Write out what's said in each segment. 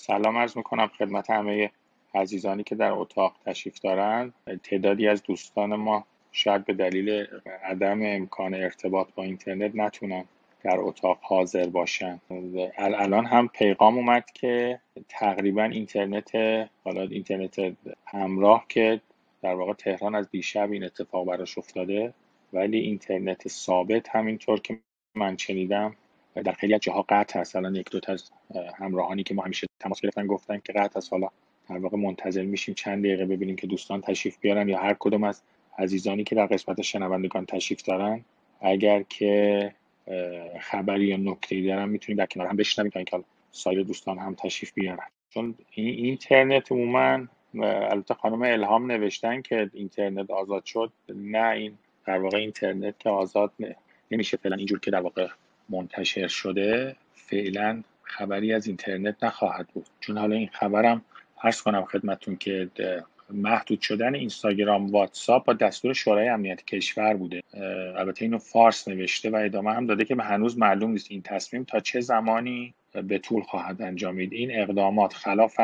سلام عرض میکنم خدمت همه عزیزانی که در اتاق تشریف دارند. تعدادی از دوستان ما شاید به دلیل عدم امکان ارتباط با اینترنت نتونن در اتاق حاضر باشن. الان هم پیغام اومد که تقریبا اینترنت همراه که در واقع تهران از دیشب این اتفاق براش افتاده، ولی اینترنت ثابت همینطور که من شنیدم در خیلی از جاها قطع هست. الان یک دو تا از همراهانی که ما همیشه تماس گرفتن گفتن که قطع است. حالا در واقع منتظر میشیم چند دقیقه ببینیم که دوستان تشریف بیارن یا هر کدوم از عزیزانی که در قسمت شنوندگان تشریف دارن اگر که خبری یا نکته‌ای دارن میتونیم در کنار هم بشنویم تا اینکه سایر دوستان هم تشریف بیارن. چون این اینترنت عموما، البته خانم الهام نوشتن که اینترنت آزاد شد، نه، این در واقع اینترنت که آزاد نمیشه فعلا اینجور که در واقع منتشر شده فعلا خبری از اینترنت نخواهد بود. چون حالا این خبرم عرض کنم خدمتون که محدود شدن اینستاگرام واتساپ با دستور شورای امنیت کشور بوده. البته اینو فارس نوشته و ادامه هم داده که هنوز معلوم نیست این تصمیم تا چه زمانی به طول خواهد انجامید. این اقدامات خلاف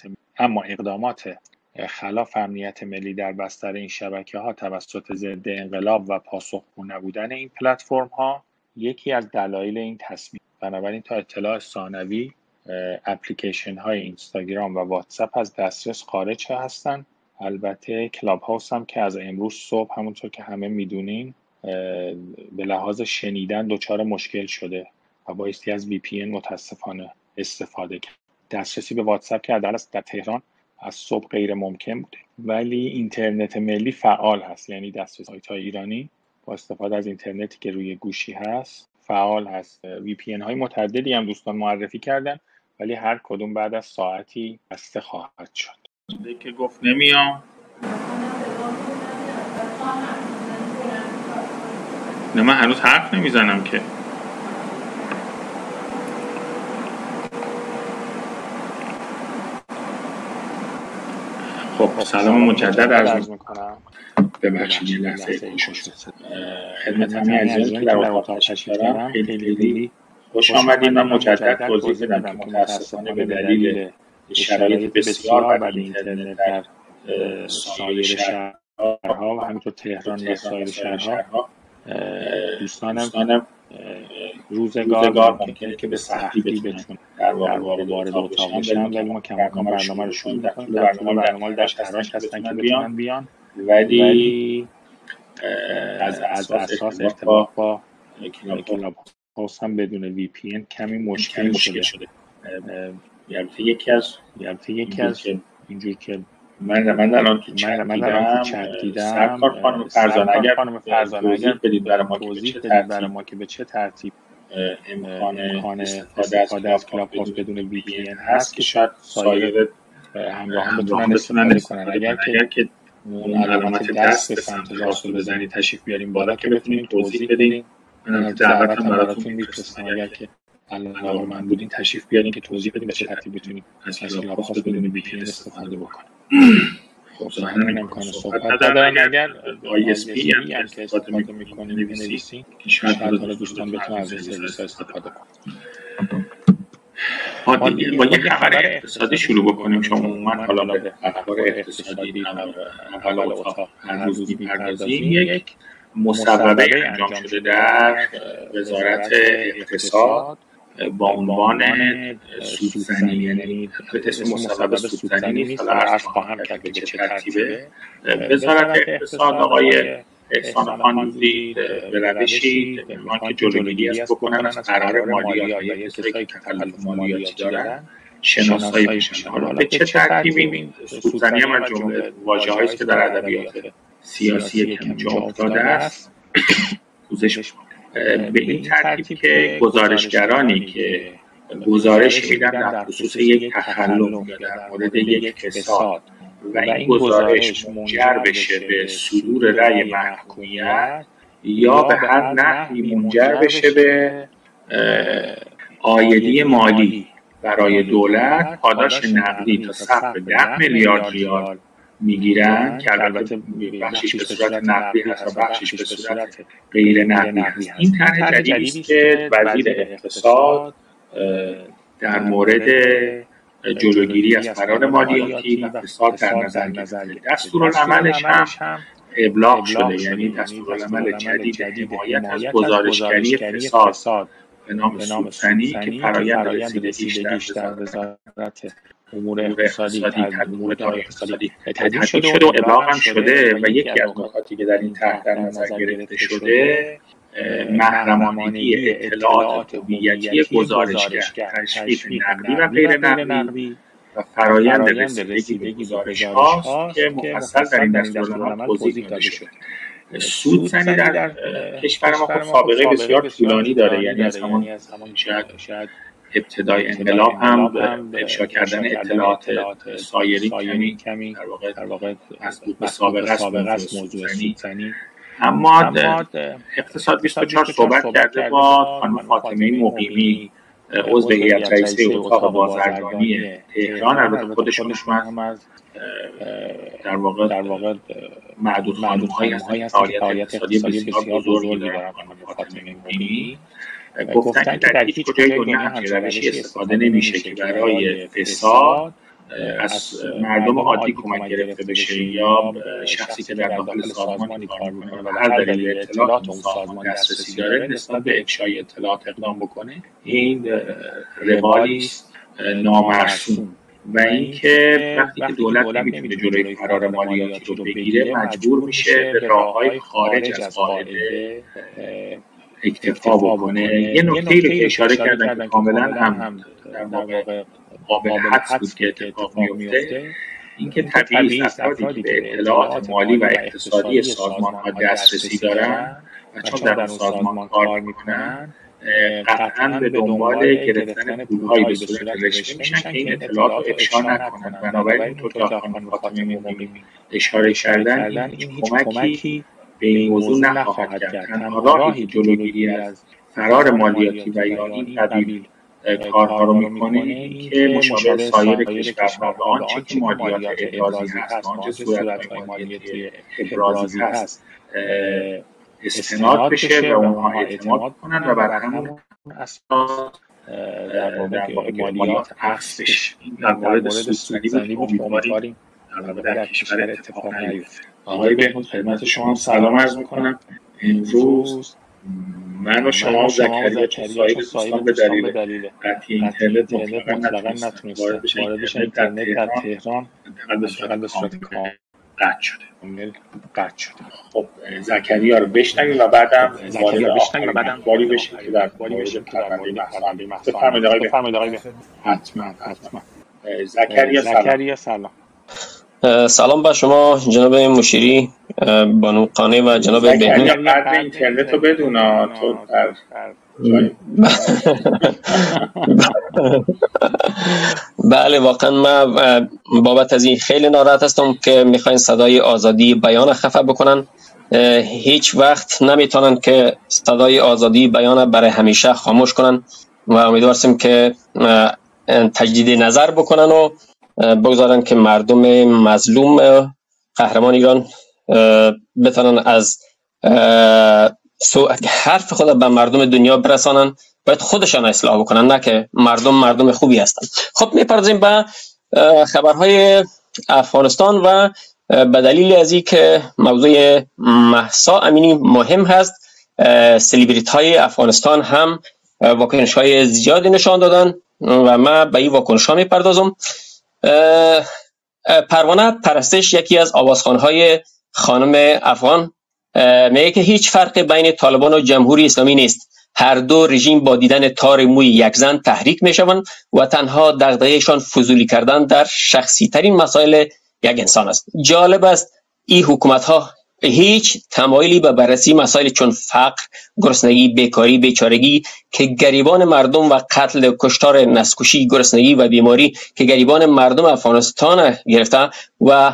امنیت ملی در بستر این شبکه‌ها توسط ضد انقلاب و پاسخگو نبودن این پلتفرم‌ها یکی از دلایل این تصمیم. بنابراین تا اطلاع ثانوی اپلیکیشن های اینستاگرام و واتساپ از دسترس خارج هستن. البته کلاب هاوس هم که از امروز صبح همونطور که همه میدونین به لحاظ شنیدن دچار مشکل شده و بایستی از VPN متاسفانه استفاده کرد. دسترسی به واتساپ که در تهران از صبح غیر ممکن بوده، ولی اینترنت ملی فعال هست. یعنی دسترسی سایت‌های ایرانی با استفاده از اینترنتی که روی گوشی هست فعال هست. VPN های متعددی هم دوستان معرفی کردن، ولی هر کدوم بعد از ساعتی بسته خواهد شد. که گفت نمیام. نه، من هنوز حرف نمیزنم که. خب سلام مجدد عرض میکنم. ببخشید یه لحظه خدمت همه عزیزان که در اتاق تشریف دارم خیلی خوش آمدید. من مجدد توضیح بدم که متاسفانه به دلیل شرایط بسیار بد اینترنت در سایر شهرها و همینطور تهران و سایر شهرها دوستانم روزگار ممکنه که به سختی بتونن در واقع وارد اتاق بشن، ولی ما کماکان برنامه رو شروع می‌کنیم. در طول برنامه در تلاش هستن که بتونن بیان، ولی از اساس ارتباط با کلاب هاوس هم بدون VPN کمی مشکل شده. یکی از اینجور که من الان تو چت دیدم سرکار خانم فرزانه اگر توضیح بدید برای ما که به چه ترتیب امکان استفاده از کلاب هاوس بدون VPN هست که شاید سایر همراهان بتونن استفاده کنن. اگر که اون علامت دست به سمت راست رو بزنید تشریف بیاریم بالا که بتونیم توضیح بدیم. من دعوت هم براتون میفرستم اگر که علاقه من بودین تشریف بیارین که توضیح بدیم به چه ترتیب بتونیم از کلاب هاوس بدون VPN استفاده بکنیم. خب ظاهرا امکان صحبت ندارن. اگر ISP هم که استفاده میکنیم بنویسین که شاید حالا دوستان بتونن از این سرویس استفاده کنن. با یک خبر اقتصادی شروع بکنیم، چون من حالا به اخبار اقتصادی اول اتاق هر روز می‌پردازیم. یک مصوبه انجام شده در وزارت اقتصاد با عنوان سودزنی، یعنی اسم مصوبه سودزنی نیست، حالا عرض خواهم کرد که چه ترتیبه. وزارت اقتصاد آقای احسان خان‌روزی به روشی که جلوگیری از بکنن از قرار مالیات یا کسایی که تکلیف مالیاتی دارن شناسایی بشن. حالا به چه ترتیبی این سودزنی هم از جمله واژه‌هایی است که در ادبیات سیاسی کم جا افتاده است پوزش به این ترتیب که گزارشگرانی که گزارش میدن در خصوص یک تخلف یا در مورد یک فساد و این گزارش منجر بشه به صدور رأی محکومیت یا به هر نحوی منجر بشه به عایدی مالی برای دولت، پاداش نقدی تا سقف 10 میلیارد ریال میگیرن که البته بخشش به صورت نقدی هست و بخشش به صورت غیر نقدی هست. این طرح جدیدی است که وزیر اقتصاد در مورد جلوگیری از فرار مالیاتی و فساد در نظر گرفته. دستورالعملش هم ابلاغ شده، یعنی دستورالعمل جدید حمایت از گزارشگری فساد به نام سودزنی که فرآیند رسیدگیش در وزارت امور اقتصادی تدوین شده و ابلاغ هم شده و یکی از نکاتی که در این طرح در نظر گرفته شده محرمانگی اطلاعات هویتی گزارشگر، تشریف نقدی و غیر نقدی و فرآیند رسیدگی به گزارش هاست که مفصل در این دستورالعمل توضیح داده شده. سودزنی در کشور ما خب سابقه بسیار طولانی داره، یعنی از همون شاید ابتدای انقلاب هم افشا کردن اطلاعات سایری کمی در واقع مسبوق به سابقه است موضوع سودزنی. اما اقتصاد 24 صحبت کرده با خانم فاطمه مقیمی، عضو هیئت رئیسه اتاق بازرگانی تهران. البته خودشون هم از در واقع معدود خانم‌هایی هستن فعالیت اقتصادی بسیار بزرگی دارن. خانم فاطمه مقیمی گفتن که در هیچ کجای دنیا همچین روشی استفاده نمیشه که برای فساد از مردم عادی کمک گرفته بشه یا شخصی که در داخل سازمانی کار میکنه و هر دلیل اطلاعات اون سازمان دسترسی داره نسبت به افشای اطلاعات اقدام بکنه. این روالی است نامرسوم و اینکه وقتی که دولت نمیتونه جلوی فرار مالیاتی رو بگیره مجبور میشه به راههای خارج از قاعده اکتفا بکنه. یه نکته‌ای رو که اشاره کردن که کاملا هم در واقع قابل حدس بود که اتفاق میفته، اینکه طبیعی است افرادی به اطلاعات مالی و اقتصادی سازمان‌ها دسترسی دارن و چون در اون سازمان کار میکنن قطعاً به دنبال گرفتن پول‌هایی به صورت رشوه میشن که این اطلاعات رو افشا نکنن. بنابراین اونطور که خانم فاطمه مقیمی اشاره کردن هیچ کمکی به این موضوع نخواهد کرد. تنها راهی جلوگیری از فرار مالیاتی و یا این قبیل کارها رو میکنه این که مشابه سایر کشورها به آنچه که مالیات ابرازی هست، آنچه صورت‌های مالیاتی ابرازی هست استناد بشه و اونها اعتماد کنن و بر همون اساس در واقع مالیات حذف بشه. این در مورد سودزنی بود. امیدواریم در کشور اتفاق نیفته. آقای بهنود خدمت شما سلام عرض میکنم. امروز من و شما زکریا و سایر دوستان به دلیل قطع اینترنت مطلقا نتونستیم وارد بشیم. اینترنت در تهران به صورت کامل قطع شده. خب زکریا رو بشنویم و بعدم وارد اخباری بشیم که در مورد پرونده محسا. بفرمایید آقای حتما. زکریا سلام. سلام به شما جناب مشیری، بانو قانع و جناب بهنود. قدر اینترنت رو بدونا تو بله واقعا من بابت از این خیلی ناراحت هستم که میخواین صدای آزادی بیان خفه بکنن. هیچ وقت نمیتونن که صدای آزادی بیان برای همیشه خاموش کنن و امیدوارم که تجدید نظر بکنن و بگذارن که مردم مظلوم قهرمان ایران بتونن از حرف خود به مردم دنیا برسانن. باید خودشان اصلاح بکنن، نه که مردم خوبی هستن. خب میپردازیم به خبرهای افغانستان و به دلیل از این که موضوع مهسا امینی مهم هست، سلیبریتی های افغانستان هم واکنش های زیادی نشان دادن و من به این واکنش ها میپردازم. پروانه پرستش یکی از آوازخوان‌های خانم افغان میگه که هیچ فرق بین طالبان و جمهوری اسلامی نیست. هر دو رژیم با دیدن تار موی یک زن تحریک میشوند و تنها دغدغه‌شان فضولی کردن در شخصی ترین مسائل یک انسان است. جالب است این حکومت ها هیچ تمایلی به بررسی مسائل چون فقر، گرسنگی، بیکاری، بیچارگی که گریبان مردم و قتل، کشتار، نسل‌کشی، گرسنگی و بیماری که گریبان مردم افغانستان گرفته و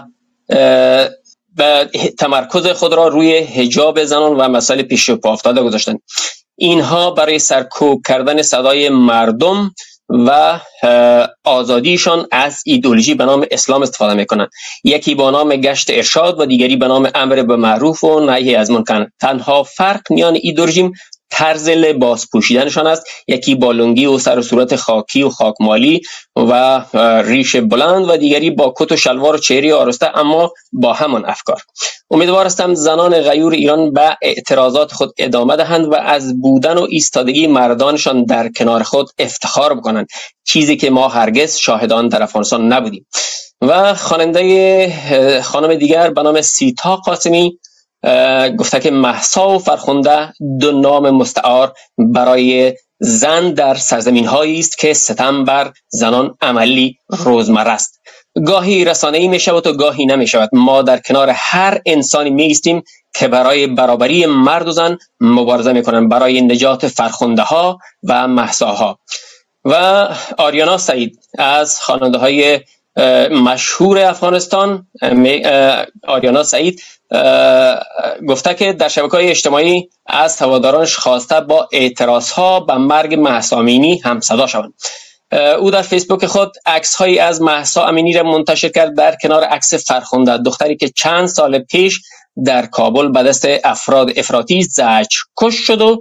تمرکز خود را روی حجاب زنان و مسائل پیش پا افتاده گذاشتند. اینها برای سرکوب کردن صدای مردم و آزادیشان از ایدئولوژی به نام اسلام استفاده میکنند. یکی با نام گشت ارشاد و دیگری به نام امر به معروف و نهی از منکر. تنها فرق میان این دو رژیم طرز لباس پوشیدنشان است. یکی با لنگی و سر و صورت خاکی و خاکمالی و ریش بلند و دیگری با کت و شلوار و چهره آراسته اما با همان افکار. امیدوار هستم زنان غیور ایران به اعتراضات خود ادامه دهند و از بودن و ایستادگی مردانشان در کنار خود افتخار بکنند، چیزی که ما هرگز شاهدان در افغانستان نبودیم. و خواننده خانم دیگر به نام سیتا قاسمی گفته که مهسا و فرخنده دو نام مستعار برای زن در سرزمین هایی است که ستم بر زنان عملی روزمره است. گاهی رسانه‌ای می شود و گاهی نمی شود. ما در کنار هر انسانی می ایستیم که برای برابری مرد و زن مبارزه می کنند، برای نجات فرخنده ها و مهسا ها. و آریانا سعید از خواننده های مشهور افغانستان، آریانا سعید گفته که در شبکه‌های اجتماعی از هوادارانش خواسته با اعتراضها به مرگ مهسا امینی هم صدا شوند. او در فیسبوک خود عکس‌هایی از مهسا امینی را منتشر کرد در کنار عکس فرخنده، دختری که چند سال پیش در کابل به دست افراد افراطی زجر کش شد و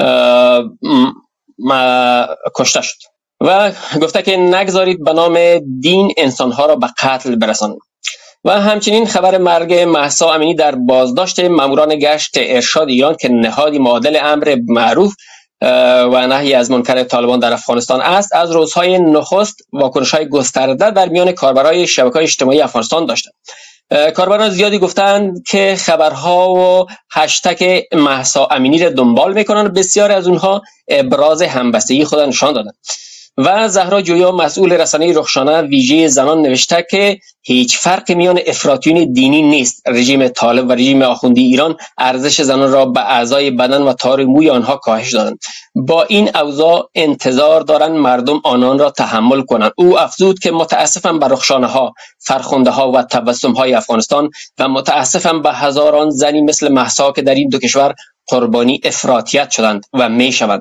کشته شد. و گفته که نگذارید به نام دین انسانها را به قتل برسانید. و همچنین خبر مرگ مهسا امینی در بازداشت ماموران گشت ارشاد ایران که نهادی معادل امر معروف و نهی از منکر طالبان در افغانستان است، از روزهای نخست واکنش‌های گسترده در میان کاربران شبکه‌های اجتماعی افغانستان داشته. کاربران زیادی گفتند که خبرها و هشتگ مهسا امینی را دنبال می‌کنند. بسیار از اونها ابراز همبستگی خود نشان دادند. و زهرا جویا مسئول رسانه رخشانه ویژه زنان نوشته که هیچ فرق میان افراطیون دینی نیست. رژیم طالب و رژیم آخوندی ایران ارزش زنان را به اعضای بدن و تار موی آنها کاهش دادند. با این اوضاع انتظار دارند مردم آنان را تحمل کنند. او افزود که متاسفم به رخشانه ها، فرخنده ها و تبسم های افغانستان و متاسفم به هزاران زنی مثل مهسا که در این دو کشور قربانی افراطیت شدند و می شوند.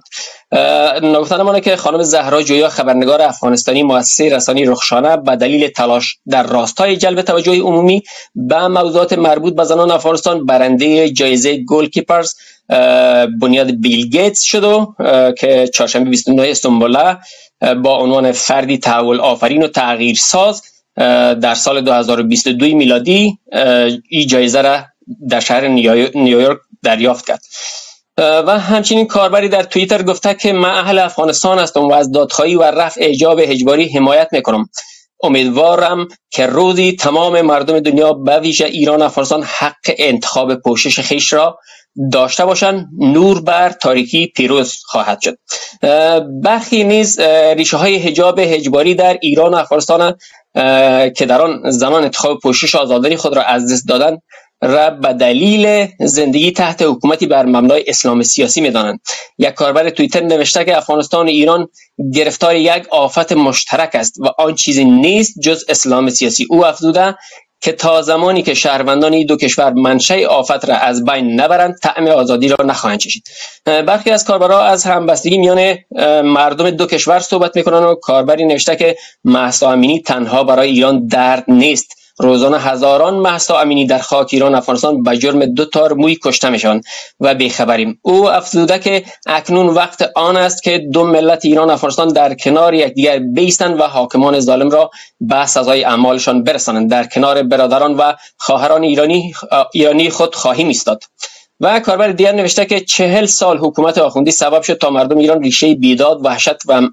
نگفتن مانه که خانم زهرا جویا خبرنگار افغانستانی مؤسسه رسانه‌ای رخشانه به دلیل تلاش در راستای جلب توجه عمومی به موضوعات مربوط به زنان افغانستان برنده جایزه گل کیپرز بنیاد بیل گیتس شد و که چهارشنبه 29 استانبول با عنوان فردی تحول آفرین و تغییر ساز در سال 2022 میلادی این جایزه را در شهر نیویورک دریافت کرد. و همچنین کاربری در توییتر گفته که من اهل افغانستان هستم و از دادخواهی و رفع حجاب اجباری حمایت میکنم. امیدوارم که روزی تمام مردم دنیا به ویژه ایران و افغانستان حق انتخاب پوشش خویش را داشته باشند. نور بر تاریکی پیروز خواهد شد. برخی نیز ریشه های حجاب اجباری در ایران و افغانستان که در آن زنان انتخاب پوشش آزادانه خود را از دست دادند را به دلیل زندگی تحت حکومتی بر مبنای اسلام سیاسی می‌دانند. یک کاربر توییتر نوشته که افغانستان و ایران گرفتار یک آفت مشترک است و آن چیزی نیست جز اسلام سیاسی. او افزوده که تا زمانی که شهروندان این دو کشور منشأ آفت را از بین نبرند طعم آزادی را نخواهند چشید. برخی از کاربرها از همبستگی میان مردم دو کشور صحبت می‌کنند و کاربری نوشته که مهسا امینی تنها برای ایران درد نیست. روزانه هزاران مهسا امینی در خاک ایران و افغانستان به جرم 2 تار موی کشته میشوند و بیخبریم. او افزوده که اکنون وقت آن است که دو ملت ایران و افغانستان در کنار یکدیگر بایستند و حاکمان ظالم را به سزای اعمالشان برسانند. در کنار برادران و خواهران ایرانی خود خواهیم ایستاد. و کاربر دیگر نوشته که 40 سال حکومت آخوندی سبب شد تا مردم ایران ریشه بیداد، وحشت و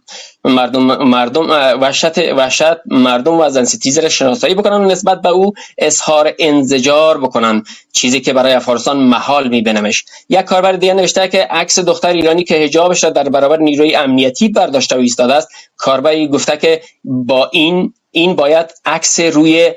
مردم و زنستیزی را شناسایی بکنند و نسبت به او اظهار انزجار بکنند، چیزی که برای افغانستان محال می‌بینمش. یک کاربر دیگر نوشته که عکس دختر ایرانی که حجابش را در برابر نیروی امنیتی برداشته و ایستاده است. کاربری گفته که با این باید عکس روی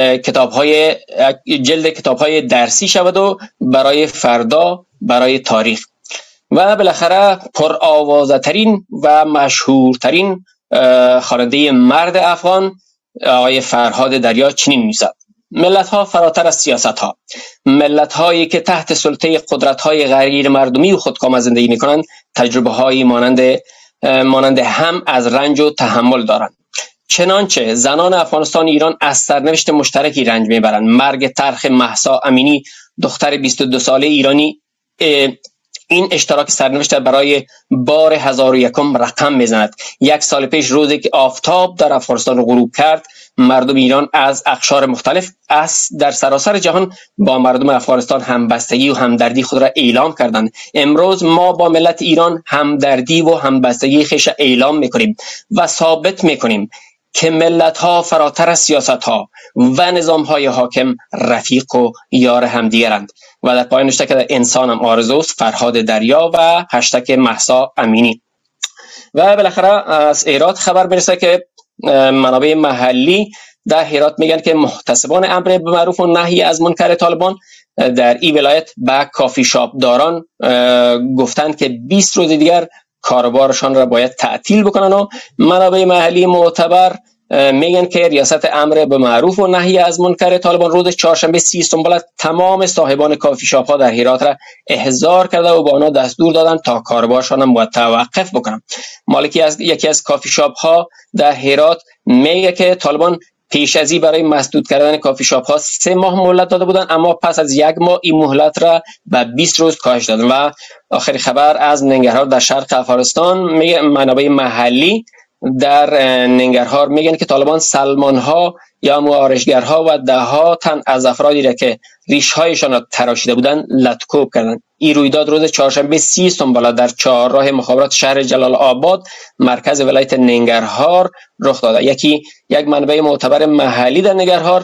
جلد کتاب‌های درسی شود و برای فردا برای تاریخ. و بالاخره پرآوازه‌ترین و مشهورترین خواننده مرد افغان آقای فرهاد دریا چنین می‌گوید: ملت‌ها فراتر از سیاست‌ها، ملت‌هایی که تحت سلطه قدرت‌های غیر مردمی و خودکام زندگی می‌کنند تجربه‌هایی مانند هم از رنج و تحمل دارند. چنانچه زنان افغانستان و ایران از سرنوشت مشترکی رنج میبرند. مرگ تلخ مهسا امینی دختر 22 ساله ایرانی این اشتراک سرنوشت برای بار 1001 رقم میزند. 1 سال پیش روزی که آفتاب در افغانستان غروب کرد، مردم ایران از اقشار مختلف در سراسر جهان با مردم افغانستان همبستگی و همدردی خود را اعلام کردند. امروز ما با ملت ایران همدردی و همبستگی خویش اعلام میکنیم و ثابت میکنیم که ملت ها فراتر از سیاست ها و نظام های حاکم رفیق و یار همدیگرند. و در پایان نوشته که انسانم آرزوست، فرهاد دریا و هشتگ مهسا امینی. و بالاخره از هرات خبر میرسه که منابع محلی در هرات میگن که محتسبان امر معروف و نهی از منکر طالبان در این ولایت به کافی شاپ داران گفتند که 20 روز دیگر کاروبارشان را باید تعطیل بکنن و منابع محلی معتبر میگن که ریاست امر به معروف و نهی از منکر طالبان روز چهارشنبه 30 اسفند تمام صاحبان کافی شاپ ها در هرات را احضار کرده و با آنها دستور دادن تا کاروبارشان را متوقف بکنن. مالکی از یکی از کافی شاپ ها در هرات میگه که طالبان پیش از این برای مسدود کردن کافی شاپ ها 3 ماه مهلت داده بودند، اما پس از 1 ماه این مهلت را به 20 روز کاهش دادن. و آخری خبر از ننگرهار در شرق افغانستان، منابع محلی در ننگرهار میگن که طالبان سلمانها یا معارشگرها و 10 تن از افرادی را که ریشهایشان را تراشیده بودند لطکوب کردند. این رویداد روز چهارشنبه 30 اسفند در چهارراه مخابرات شهر جلال آباد مرکز ولایت ننگرهار رخ داده. یک منبع معتبر محلی در ننگرهار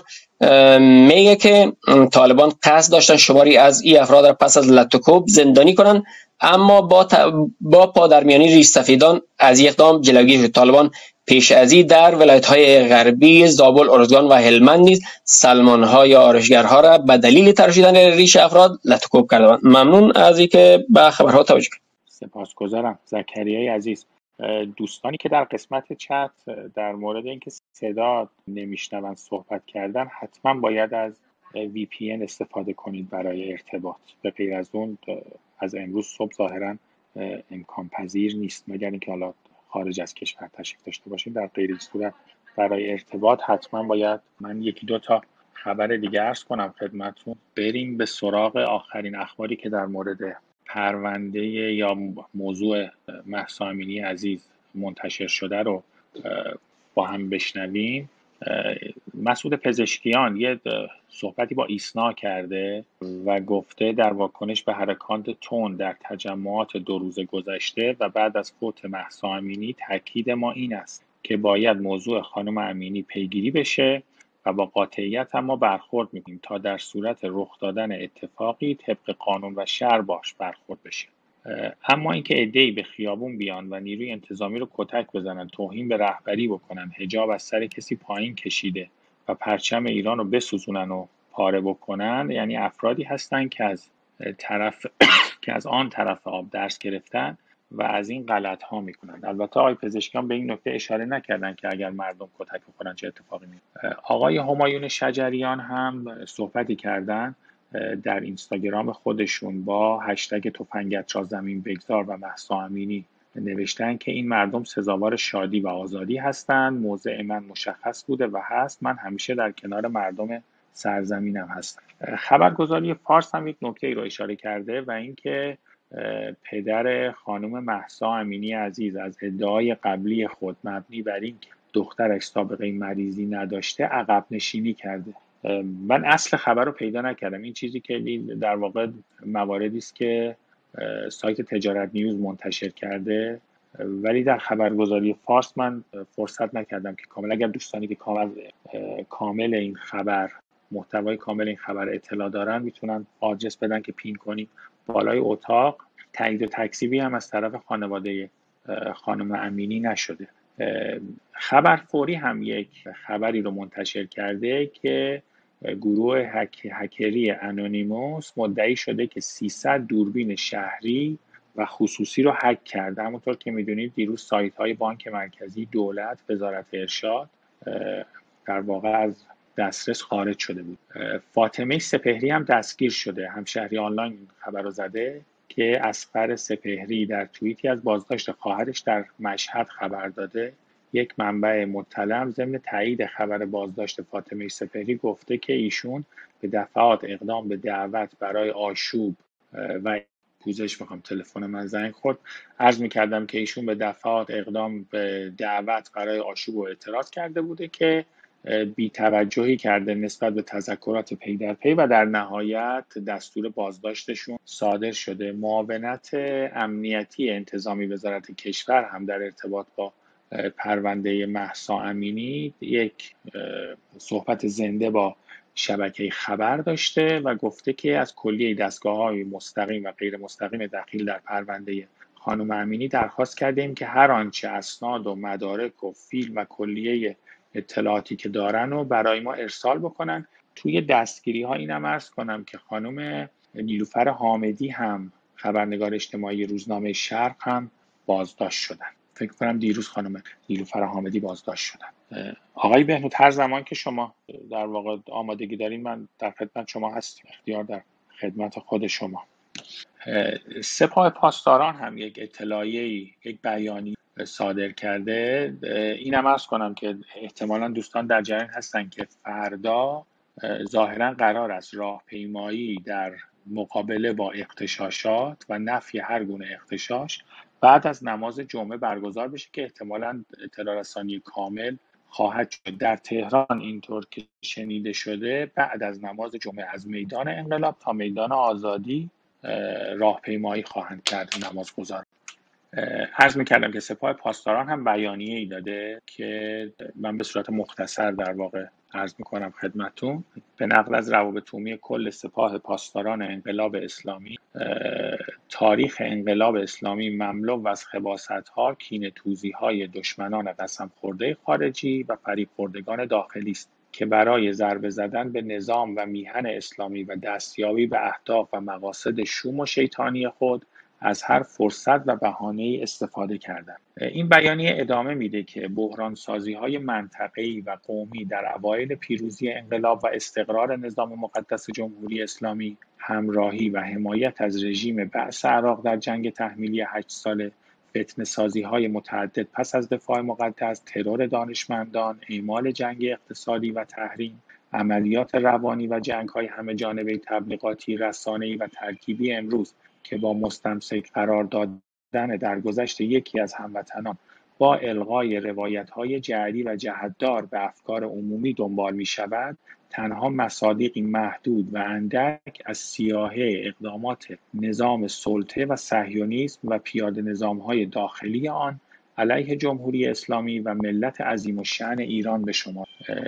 میگه که طالبان قصد داشتن شماری از این افراد را پس از لطکوب زندانی کنند، اما با پادرمیانی ریش سفیدان از اقدام جلوگیری شد. طالبان پیش از این در ولایت‌های غربی زابل، ارزگان و هلمند نیز سلمان‌ها یا آرشگرها را به دلیل تراشیدن ریش افراد لطکوب کردند. ممنون از اینکه به خبرها توجه کردید. سپاسگزارم. زکریای عزیز، دوستانی که در قسمت چت در مورد اینکه صدا نمیشنون صحبت کردن، حتما باید از VPN استفاده کنید برای ارتباط. به غیر از اون از امروز صبح ظاهرا امکان پذیر نیست، مگر اینکه حالا خارج از کشور تشریف داشته باشید. در غیر صورت برای ارتباط حتما باید من 1-2 تا خبر دیگه عرض کنم خدمتتون. بریم به سراغ آخرین اخباری که در مورد پرونده یا موضوع مهسا امینی عزیز منتشر شده رو با هم بشنویم. مسعود پزشکیان یه صحبتی با ایسنا کرده و گفته در واکنش به حرکات تند در تجمعات 2 روز گذشته و بعد از فوت مهسا امینی، تاکید ما این است که باید موضوع خانم امینی پیگیری بشه و با قاطعیت هم ما برخورد میکنیم تا در صورت رخ دادن اتفاقی طبق قانون و شرع باش برخورد بشه. اما اینکه عده‌ای به خیابون بیان و نیروی انتظامی رو کتک بزنن، توهین به رهبری بکنن، حجاب از سر کسی پایین کشیده و پرچم ایران رو بسوزونن و پاره بکنن، یعنی افرادی هستن که از آن طرف آب درس گرفتن و از این غلط ها میکنن. البته آقای پزشکیان به این نکته اشاره نکردن که اگر مردم کتک بکنن چه اتفاقی میفته. آقای همایون شجریان هم صحبتی کردن در اینستاگرام خودشون با هشتگ تفنگت را زمین بگذار و مهسا امینی نوشتن که این مردم سزاوار شادی و آزادی هستند. موضع من مشخص بوده و هست. من همیشه در کنار مردم سرزمینم هستم. خبرگزاری فارس هم یک نکته ای رو اشاره کرده و اینکه پدر خانم مهسا امینی عزیز از ادعای قبلی خود مبنی بر اینکه دخترش سابقه مریضی نداشته عقب نشینی کرده. من اصل خبر رو پیدا نکردم. این چیزی که در واقع مواردی است که سایت تجارت نیوز منتشر کرده، ولی در خبرگزاری فارس من فرصت نکردم که کامل. اگر دوستانی که کامل این خبر، محتوای کامل این خبر اطلاع دارن، میتونن آدرس بدن که پین کنیم بالای اتاق. تایید و تکذیبی هم از طرف خانواده خانم امینی نشده. خبر فوری هم یک خبری رو منتشر کرده که گروه هکری انونیموس مدعی شده که 300 دوربین شهری و خصوصی رو هک کرده. همونطور که میدونید دیروز سایت‌های بانک مرکزی، دولت، وزارت ارشاد در واقع از دسترس خارج شده بود. فاطمه سپهری هم دستگیر شده. همشهری آنلاین خبر رو زده که اصغر سپهری در توییتی از بازداشت خواهرش در مشهد خبر داده. یک منبع مطلع ضمن تایید خبر بازداشت فاطمه سپهری گفته که ایشون به دفعات اقدام به دعوت برای آشوب و پوزش میخوام، تلفن من زنگ خورد. عرض میکردم که ایشون به دفعات اقدام به دعوت برای آشوب و اعتراض کرده بوده که بی‌توجهی کرده نسبت به تذکرات پی در پی و در نهایت دستور بازداشتشون صادر شده. معاونت امنیتی انتظامی وزارت کشور هم در ارتباط با پرونده مهسا امینی یک صحبت زنده با شبکه خبر داشته و گفته که از کلیه دستگاه‌های مستقیم و غیر مستقیم دخیل در پرونده خانم امینی درخواست کردیم که هر آنچه اسناد و مدارک و فیلم و کلیه اطلاعاتی که دارن رو برای ما ارسال بکنن. توی دستگیری ها اینم عرض کنم که خانم نیلوفر حامدی هم خبرنگار اجتماعی روزنامه شرق هم بازداشت شدن. فکر کنم دیروز خانم نیلوفر حامدی بازداشت شدن. آقای بهنود، هر زمان که شما در واقع آمادگی دارین من در خدمت شما هستم، اختیار در خدمت خود شما. سپاه پاسداران هم یک اطلاعیه‌ای، یک بیانیه صادر کرده. اینم عرض کنم که احتمالاً دوستان در جریان هستن که فردا ظاهراً قرار است راهپیمایی در مقابله با اغتشاشات و نفی هر گونه اغتشاش بعد از نماز جمعه برگزار بشه که احتمالاً اطلاع رسانی کامل خواهد شد. در تهران اینطور که شنیده شده بعد از نماز جمعه از میدان انقلاب تا میدان آزادی راهپیمایی خواهند کرد نمازگزاران. عرض می‌کردم که سپاه پاسداران هم بیانیه‌ای داده که من به صورت مختصر در واقع عرض می‌کنم خدمتتون. به نقل از روابط عمومی کل سپاه پاسداران انقلاب اسلامی، تاریخ انقلاب اسلامی مملو از خباثت‌ها، کینه‌توزی‌های دشمنان قسم خورده خارجی و فریب خوردگان داخلی است که برای ضربه زدن به نظام و میهن اسلامی و دستیابی به اهداف و مقاصد شوم و شیطانی خود از هر فرصت و بهانه‌ای استفاده کردند. این بیانیه ادامه میده که بحران‌سازی‌های منطقه‌ای و قومی در اوایل پیروزی انقلاب و استقرار نظام مقدس جمهوری اسلامی، همراهی و حمایت از رژیم بعث عراق در جنگ تحمیلی 8 ساله، فتنه‌سازی‌های متعدد پس از دفاع مقدس، ترور دانشمندان، اعمال جنگ اقتصادی و تحریم، عملیات روانی و جنگ‌های همه‌جانبه تبلیغاتی، رسانه‌ای و ترکیبی امروز که با مستمسک قرار دادن درگذشت یکی از هموطنان با الغای روایت‌های جعلی و جهت‌دار به افکار عمومی دنبال می‌شود، تنها مصادیقی محدود و اندک از سیاهه اقدامات نظام سلطه و صهیونیسم و پیاده نظام‌های داخلی آن علیه جمهوری اسلامی و ملت عظیم الشأن ایران به شمار.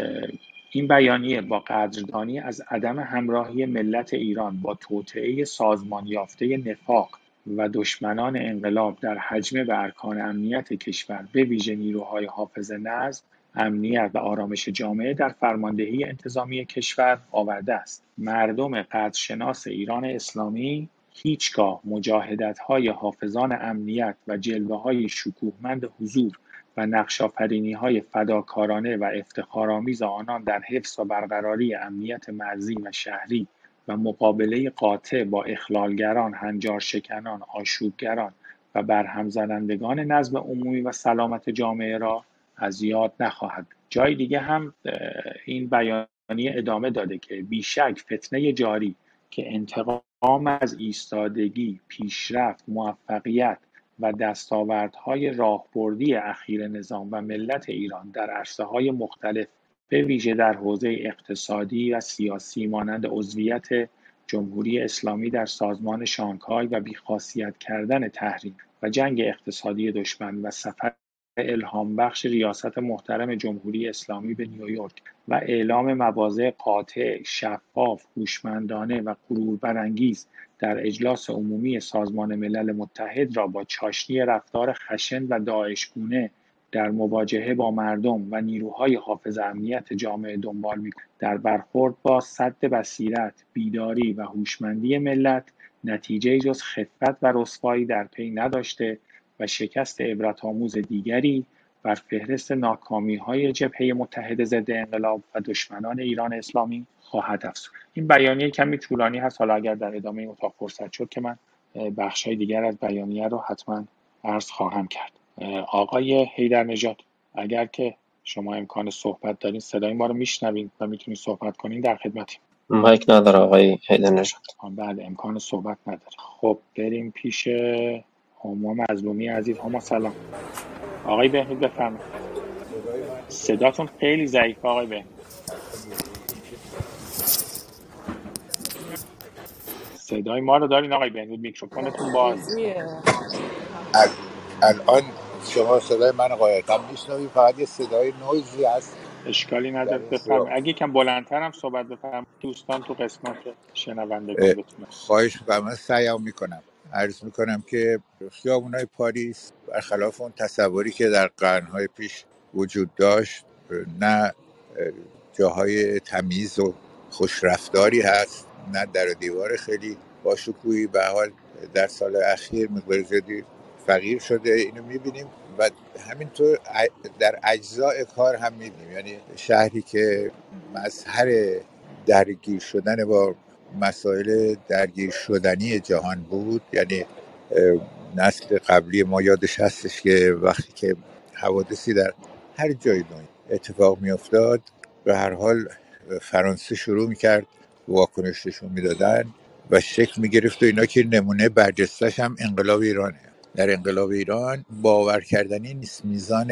این بیانیه با قدردانی از عدم همراهی ملت ایران با توطئه سازمان یافته نفاق و دشمنان انقلاب در هجمه به ارکان امنیت کشور به ویژه نیروهای حافظ نظم، امنیت و آرامش جامعه در فرماندهی انتظامی کشور آورده است. مردم قدرشناس ایران اسلامی هیچگاه مجاهدت‌های حافظان امنیت و جلوه‌های شکوهمند حضور و نقش‌آفرینی‌های فداکارانه و افتخارآمیز آنان در حفظ و برقراری امنیت مرزی و شهری و مقابله قاطع با اخلالگران، هنجارشکنان، آشوبگران و برهم زنندگان نظم عمومی و سلامت جامعه را از یاد نخواهد. جای دیگه هم این بیانیه ادامه داده که بیشک فتنه جاری که انتقام از ایستادگی، پیشرفت، موفقیت و دستاوردهای راهبردی اخیر نظام و ملت ایران در عرصه‌های مختلف به ویژه در حوزه اقتصادی و سیاسی مانند عضویت جمهوری اسلامی در سازمان شانگهای و بیخاصیت کردن تحریم و جنگ اقتصادی دشمن و سفر الهام بخش ریاست محترم جمهوری اسلامی به نیویورک و اعلام مواضع قاطع، شفاف، هوشمندانه و غروربرانگیز در اجلاس عمومی سازمان ملل متحد را با چاشنی رفتار خشن و داعشگونه در مواجهه با مردم و نیروهای حافظ امنیت جامعه دنبال می‌کند. در برخورد با سد بصیرت، بیداری و هوشمندی ملت نتیجه جز خفت و رسوایی در پی نداشته و شکست عبرت‌آموز دیگری بر فهرست ناکامی‌های جبهه متحد ضد انقلاب و دشمنان ایران اسلامی خواهد افزود. این بیانیه کمی طولانی هست، حالا اگر در ادامه این اتاق فرصت شد که من بخش‌های دیگر از بیانیه رو حتما عرض خواهم کرد. آقای حیدرنژاد، اگر که شما امکان صحبت دارین، صدای ما رو میشنوین و میتونین صحبت کنین، در خدمتیم. مایک نداره آقای حیدر نژاد. بله امکان صحبت نداره. خب بریم پیش هما مظلومی عزیز. هما سلام. آقای بهنود بفرمایید. صداتون خیلی ضعیفه آقای بهنود. صدای ما رو دارین آقای بهنود؟ میکروفونتون بازه. الان شما صدای من قاعدتا میشنوید، فقط یه صدای نویزی هست اشکالی در نداره این بفرمایید. صورت. اگه یکم بلندتر هم صحبت بفرمایید دوستان تو قسمت شنوندگان بتونن. خواهش میکنم، من سعیم میکنم. عرض میکنم که خیابونای پاریس برخلاف اون تصوری که در قرنهای پیش وجود داشت، نه جاهای تمیز و خوشرفتاری هست، نه در و دیوار خیلی باشکوهی. به حال در سال اخیر مقدار زیادی فقیر شده، اینو میبینیم. و همینطور در اجزای کار هم میبینیم، یعنی شهری که مظهر درگیر شدن با مسائل درگیر شدنی جهان بود. یعنی نسل قبلی ما یادش هستش که وقتی که حوادثی در هر جای دنیا اتفاق می افتاد، به هر حال فرانسه شروع می کرد واکنششون میدادن و شکل می گرفت و اینا، که نمونه برجستش هم انقلاب ایرانه. در انقلاب ایران باور کردنی نیست میزان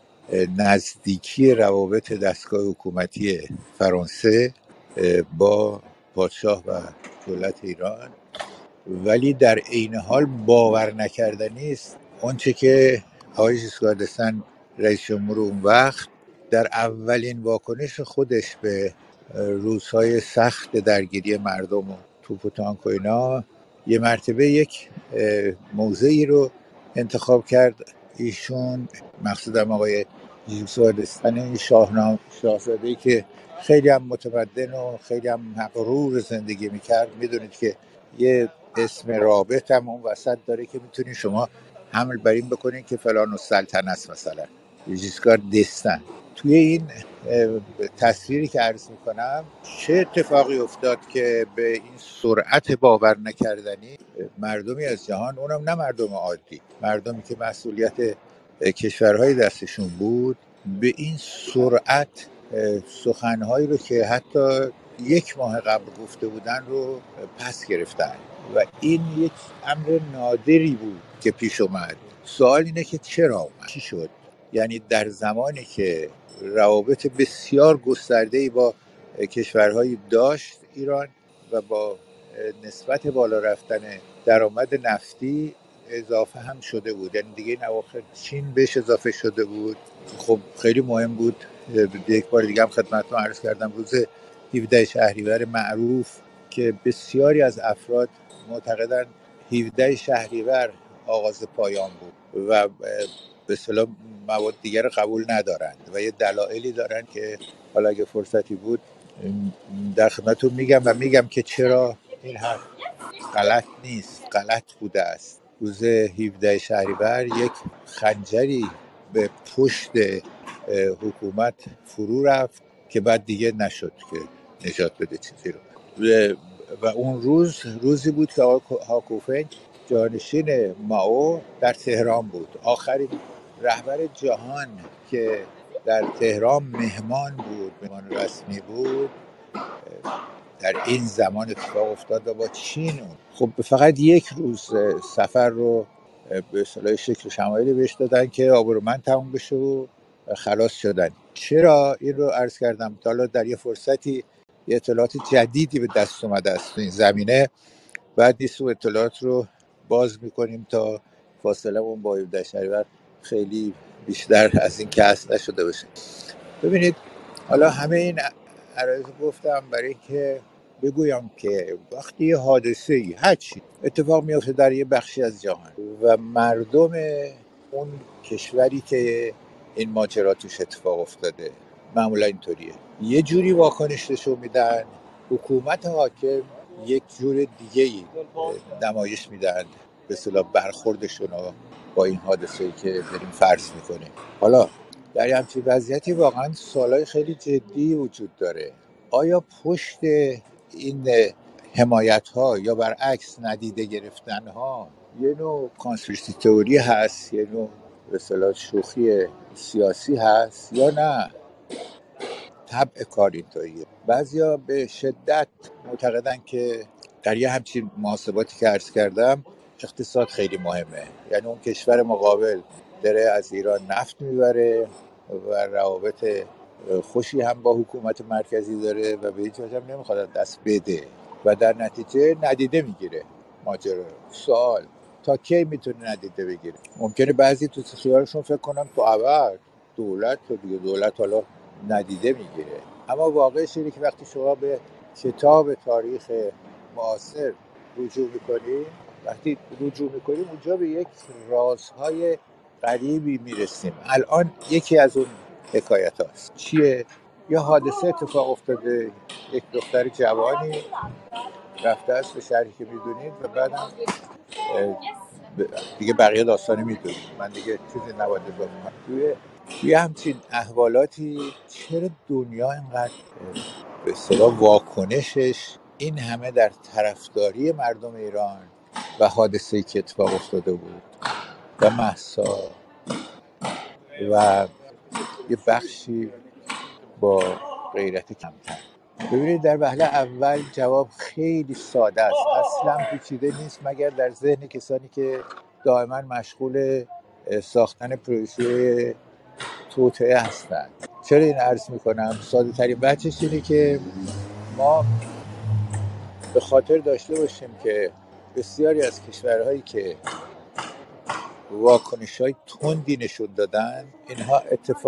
نزدیکی روابط دستگاه حکومتی فرانسه با پادشاه و دولت ایران، ولی در عین حال باور نکردنی است آنچه که آقای ژیسکار دستن رئیس جمهور اون وقت در اولین واکنش خودش به روزهای سخت درگیری مردم و توپ و تانک و اینا، یه مرتبه یک موضعی رو انتخاب کرد. ایشون، مقصودم آقای ژیسکار دستن، این شاهزاده‌ای که خیلی هم متمدن و خیلی هم مغرور زندگی میکرد، میدونید که یه اسم رابط هم اون وسط داره که میتونی شما حمل بر این بکنین که فلان السلطنه مثلا ژیسکار دستن. توی این تصویری که عرض میکنم چه اتفاقی افتاد که به این سرعت باور نکردنی مردمی از جهان، اونم نه مردم عادی، مردمی که مسئولیت کشورهای دستشون بود، به این سرعت سخنهایی رو که حتی یک ماه قبل گفته بودن رو پس گرفتن. و این یک امر نادری بود که پیش اومد. سوال اینه که چرا اومد؟ چی شد؟ یعنی در زمانی که روابط بسیار گسترده‌ای با کشورهایی داشت ایران و با نسبت بالا رفتن درآمد نفتی اضافه هم شده بود، یعنی دیگه این اواخر چین بهش اضافه شده بود. خب خیلی مهم بود. یک بار دیگه هم خدمتتون عرض کردم روز 17 شهریور معروف که بسیاری از افراد معتقدن 17 شهریور آغاز پایان بود و به اصطلاح مواد دیگر رو قبول ندارند و یه دلایلی دارن که حالا اگه فرصتی بود در خدمتتون میگم و میگم که چرا این حرف غلط نیست، غلط بوده است. روز 17 شهریور یک خنجری به پشت حکومت فرو رفت که بعد دیگه نشد که نجات بده چیزی رو. و اون روزی بود که آقای هاکوفنگ جانشین مائو در تهران بود، آخرین رهبر جهان که در تهران مهمان بود، مهمان رسمی بود. در این زمان اتفاق افتاد و با چین خب فقط یک روز سفر رو به اصطلاح شکل شمایلی بهش دادن که آبرومند تموم بشه و خلاص شدن. چرا این رو عرض کردم؟ حالا در یه فرصتی یه اطلاعات جدیدی به دست اومده است تو این زمینه، بعد نیست و اطلاعات رو باز میکنیم تا فاصله اون با 17 شهریور خیلی بیشتر از این که هست نشده باشه. ببینید، حالا همه این عرایض گفتم برای که بگویم که وقتی یه حادثه‌ای هرچی اتفاق میفته در یه بخشی از جهان و مردم اون کشوری که این ماجرا توش اتفاق افتاده معمولا اینطوریه، یه جوری واکنش نشون میدن، حکومت حاکم یک جور دیگه‌ای نمایش میدن به اصطلاح برخوردشون با این حادثه‌ای که داریم فرض میکنیم. حالا در همچین وضعیتی واقعا سوالای خیلی جدی وجود داره. آیا پشت این حمایت ها یا برعکس ندیده گرفتن ها یه نوع کانسپیرسی تئوری هست، یه نوع به اصطلاح شوخی سیاسی هست، یا نه طبع کار اینطوریه. بعضیا به شدت معتقدن که در یه همچین محاسباتی که عرض کردم اقتصاد خیلی مهمه، یعنی اون کشور مقابل داره از ایران نفت میبره و روابط خوشی هم با حکومت مرکزی داره و به هیچ وجه هم نمیخواد دست بده و در نتیجه ندیده میگیره ماجرا. سوال تا کی میتونه ندیده بگیره؟ ممکنه بعضی تو خیالشون فکر کنم تو ابد دولت تو دیگه دولت حالا ندیده میگیره، اما واقعش اینه که وقتی شما به کتاب تاریخ معاصر رجوع میکنیم، وقتی رجوع میکنیم اونجا به یک رازهای غریبی میرسیم. الان یکی از اون حکایت هاست چیه؟ یه حادثه اتفاق افتاده، یک دختر جوانی رفته است به شهری که میدونید و بعدم دیگه بقیه داستانی میدونید، من دیگه چیزی نباید اضافه کنم. توی همچین احوالاتی چرا دنیا اینقدر به اصطلاح واکنشش این همه در طرفداری مردم ایران و حادثه‌ای که اتفاق افتاده بود و مهسا و یه بخشی با غیرت کمتر؟ ببینید در وهله اول جواب خیلی ساده است، اصلا پیچیده نیست مگر در ذهن کسانی که دائما مشغول ساختن پروژه توطئه هستند. چرا این عرض میکنم؟ ساده ترین بچش اینه که ما به خاطر داشته باشیم که بسیاری از کشورهایی که واکنش‌های تندی نشون دادن، اینها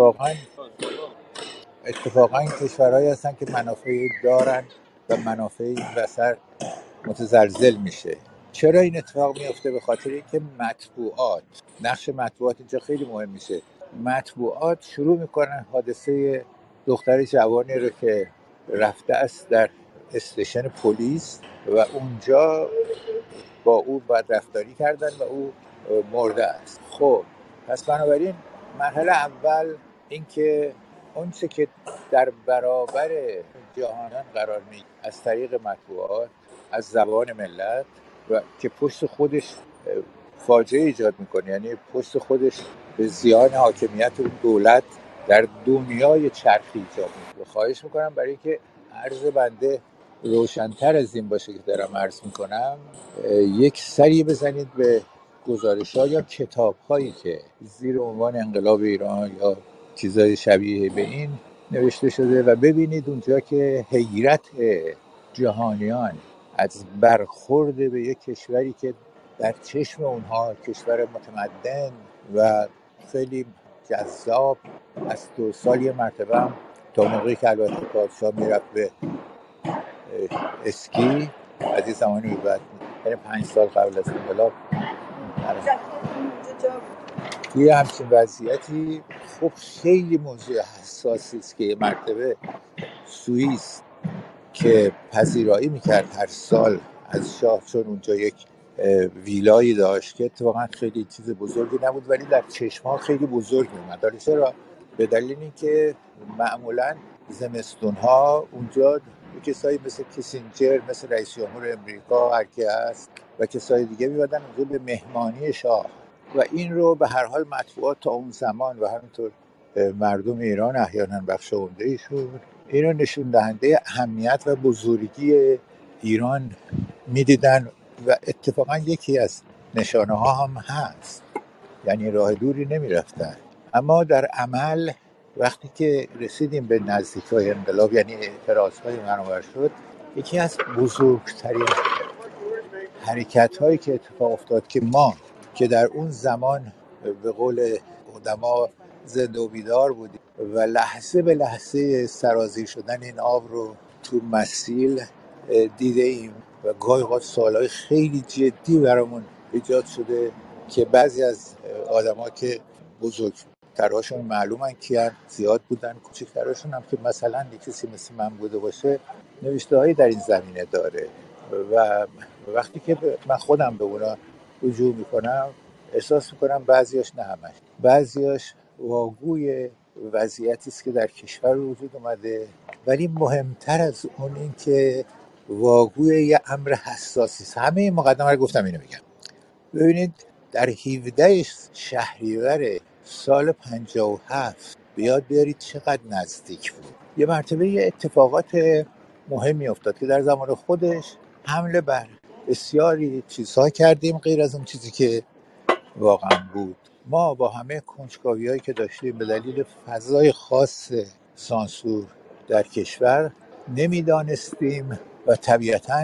اتفاقا کشورهایی هستن که منافعی دارن و منافع این وسط متزلزل میشه. چرا این اتفاق میفته؟ به خاطر اینکه نقش مطبوعات اینجا خیلی مهم میشه. مطبوعات شروع میکنن حادثه دختر جوانی رو که رفته است در استیشن پلیس و اونجا با او بدرفتاری کردن و او مرده است. خب پس بنابراین مرحله اول این که اون چه که در برابر جهانیان قرار میگیره از طریق مطبوعات، از زبان ملت و که پشت خودش فاجعه ایجاد میکنه، یعنی پشت خودش به زیان حاکمیت اون دولت در دنیای چرخی ایجاد میکنه. خواهش میکنم برای اینکه عرض بنده روشن‌تر از این باشه که دارم عرض میکنم، یک سری بزنید به گزارش‌ها یا کتاب‌هایی که زیر عنوان انقلاب ایران یا چیزای شبیه به این نوشته شده و ببینید اونجا که حیرت جهانیان از برخورد به یک کشوری که در چشم اونها کشور متمدن و خیلی جذاب از 2 سال یه مرتبه هم تا موقعی که البته پادشاه میرفت به اسکی از این زمانی بعد، یعنی 5 سال قبل از انقلاب، توی همچین وضعیتی خب خیلی موضوع حساسی است که یه مرتبه سوئیس که پذیرایی میکرد هر سال از شاه، چون اونجا یک ویلایی داشت که اتفاقا خیلی چیز بزرگی نبود ولی در چشم‌ها خیلی بزرگ میومد. حالا چرا؟ به دلیل اینکه معمولاً زمستون‌ها اونجا کسایی مثل کیسینجر، مثل رئیس جمهور امریکا هر کی هست و کسای دیگه میادن اونجا به مهمانی شاه و این رو به هر حال مطبوعات تا اون زمان و همینطور مردم ایران احیانا بخش عمده‌ایشون اینو نشون دهنده اهمیت و بزرگی ایران میدیدن و اتفاقا یکی از نشانه ها هم هست، یعنی راه دوری نمی رفتن. اما در عمل وقتی که رسیدیم به نزدیکای انقلاب، یعنی اعتراض های منور شد، یکی از بزرگترین حرکت هایی که اتفاق افتاد که ما که در اون زمان به قول قدما زنده و بیدار بودیم و لحظه به لحظه سرازیر شدن این آب رو تو مسیل دیده ایم و گاهی اوقات سوالای خیلی جدی برامون ایجاد شده که بعضی از آدما که بزرگترهاشون معلومن کیان، زیاد بودن، کوچکترهاشون هم که مثلا کسی مثل من بوده باشه نوشته هایی در این زمینه داره و وقتی که من خودم به اونا رجوع میکنم احساس میکنم بعضیاش، نه همش، بعضیاش واگوی وضعیتی است که در کشور وجود اومده، ولی مهمتر از اون این که واگوی یه امر حساسی است. همه این مقدمه رو گفتم اینو میگم. ببینید در 17 شهریور سال 57 بیاد بیارید چقدر نزدیک بود. یه مرتبه یه اتفاقات مهمی افتاد که در زمان خودش حمله بر بسیاری چیزها کردیم غیر از اون چیزی که واقعا بود. ما با همه کنجکاوی‌هایی که داشتیم به دلیل فضای خاص سانسور در کشور نمیدانستیم و طبیعتاً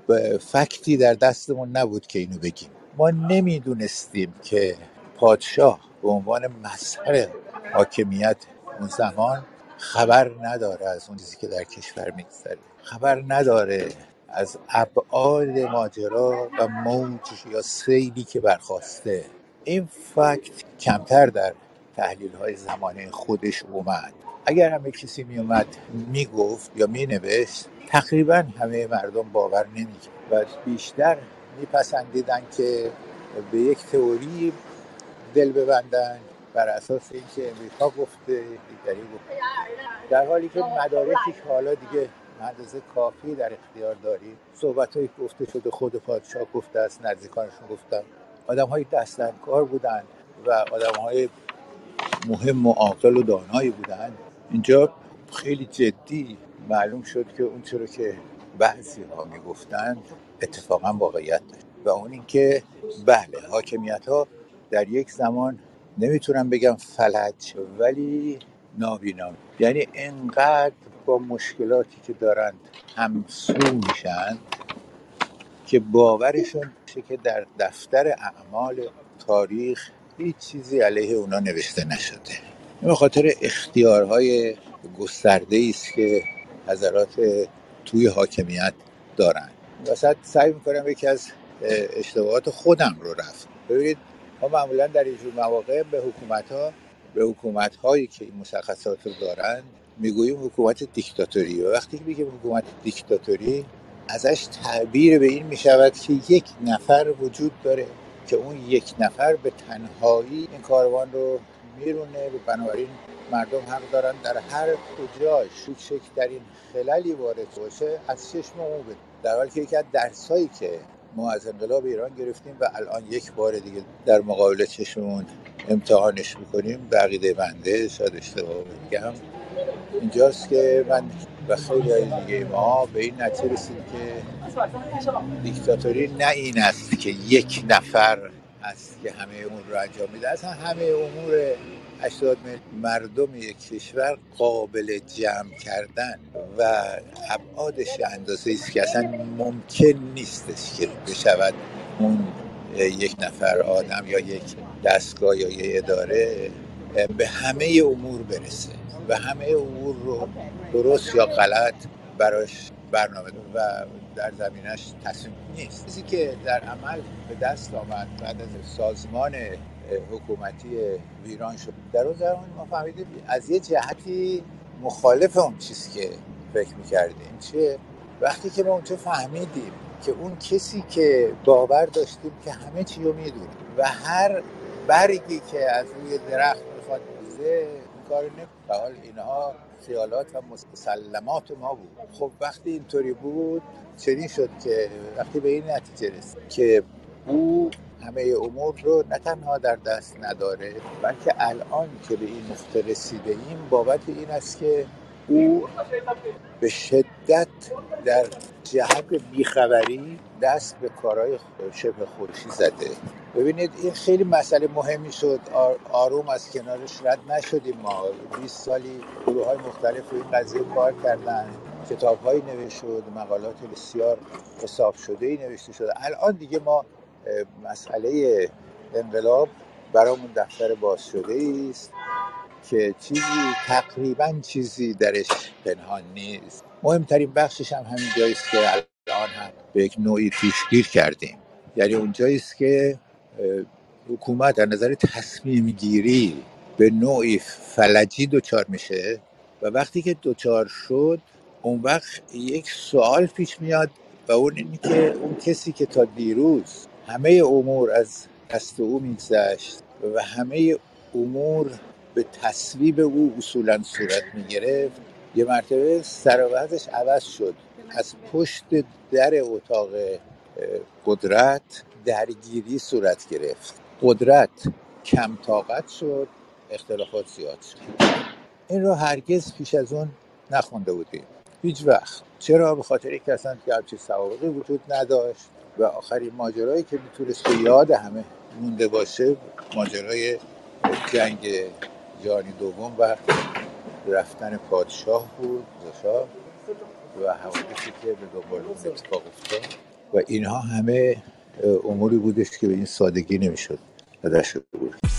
فکتی در دستمون نبود که اینو بگیم. ما نمیدونستیم که پادشاه به عنوان مظهر حاکمیت اون زمان خبر نداره از اون چیزی که در کشور میگذره، خبر نداره از ابعاد ماجرا و موج یا سیلی که برخواسته. این فکت کمتر در تحلیل های زمانه خودش اومد. اگر همه کسی می اومد می گفت یا می نوشت تقریبا همه مردم باور نمی کرد و بیشتر می پسندیدن که به یک تئوری دل ببندن بر اساس اینکه امریکا گفته دیگری گفته، در حالی که مدارکی که حالا دیگه اندازه کافی در اختیار داریم، صحبت‌هایی گفته شده، خود پادشاه گفته است، نزدیکانشون گفتن، آدم‌های دست‌اندرکار بودن و آدم‌های مهم و عاقل و دانایی بودن. اینجا خیلی جدی معلوم شد که اون چرا که بعضی‌ها میگفتن اتفاقا واقعیت داشت و اون این که بله حاکمیت‌ها در یک زمان نمیتونم بگم فلج ولی نابینا، یعنی انقدر با مشکلاتی که دارن همسو میشن که باورشون میشه که در دفتر اعمال تاریخ هیچ چیزی علیه اونا نوشته نشده. این به خاطر اختیارهای گسترده‌ای است که حضرات توی حاکمیت دارن. وسط سعی میکنم یکی از اشتباهات خودم رو رفت. ببینید ما معمولا در اینجور مواقع به حکومت‌هایی که این مشخصات رو دارن میگوییم حکومت دیکتاتوری و وقتی که میگیم حکومت دیکتاتوری ازش تعبیر به این میشود که یک نفر وجود داره که اون یک نفر به تنهایی این کاروان رو میرونه و بنابراین مردم حق دارن در هر کجا شک در این خللی وارد باشه از چشم او بده. در حالی که یکی از درسایی که ما از انقلاب ایران گرفتیم و الان یک بار دیگه در مقابل چشممون امتحانش میکنیم به عقیده بنده، شاید اشتباه بگم، اینجاست که من و خیلی های دیگه ما به این نتیجه رسیدیم که دیکتاتوری نه این است که یک نفر است که همه امور رو انجام میده. اصلا همه امور 80 میلیون مردم یک کشور قابل جمع کردن و ابعادش اندازه است که اصلا ممکن نیستش که بشود اون یک نفر آدم یا یک دستگاه یا یک اداره به همه امور برسه و همه امور رو درست یا غلط براش برنامه و در زمینش تصمیم نیست. چیزی که در عمل به دست آمد بعد از سازمان حکومتی ویران شد، در اون زمان ما فهمیدیم از یه جهتی مخالف اون چیزی که فکر می‌کردیم چیه؟ وقتی که ما اونجا فهمیدیم که اون کسی که باور داشتیم که همه چی رو میدونه و هر برگی که از روی درخت میخواد بریزه کار نمی‌کنه، حال اینها خیالات و مسلمات ما بود. خب وقتی اینطوری بود چنین شد که وقتی به این نتیجه رسید که او همه امور رو نه تنها در دست نداره بلکه الان که به این نقطه رسیده ایم بابت این است که او به شدت در جهت بیخبری دست به کارهای شبه خودشی زده. ببینید این خیلی مسئله مهمی شد، آروم از کنارش رد نشدیم. ما 20 سالی گروه های مختلف رو این قضیه کار کردن، کتاب هایی نوشته شد، مقالات بسیار حساب شده ای نوشته شده. الان دیگه ما مسئله انقلاب برامون دفتر باز شده است که تقریبا چیزی درش پنهان نیست. مهمترین بخشش هم همین جاییست که الان هم به یک نوعی پیشگیر کردیم، یعنی اون جاییست که حکومت در نظر تصمیم گیری به نوعی فلجی دچار میشه و وقتی که دچار شد اون وقت یک سوال پیش میاد و اون اینه که اون کسی که تا دیروز همه امور از دست او میگذشت و همه امور به تصویب او اصولا صورت میگرفت، یه مرتبه سر و وضعش عوض شد. از پشت در اتاق قدرت درگیری صورت گرفت، قدرت کم طاقت شد، اختلافات زیاد شد. این رو هرگز پیش از اون نخونده بودیم، هیچ وقت. چرا؟ به خاطر اینکه اصلا همچین سوابقی وجود نداشت و آخرین ماجرایی که میتونست به یاد همه مونده باشه ماجرای جنگ جهانی دوم و رفتن پادشاه بود و حوادثی که به دنبال اون اتفاق افتاد و اینها همه اموری بودش که به این سادگی نمیشد دست بود.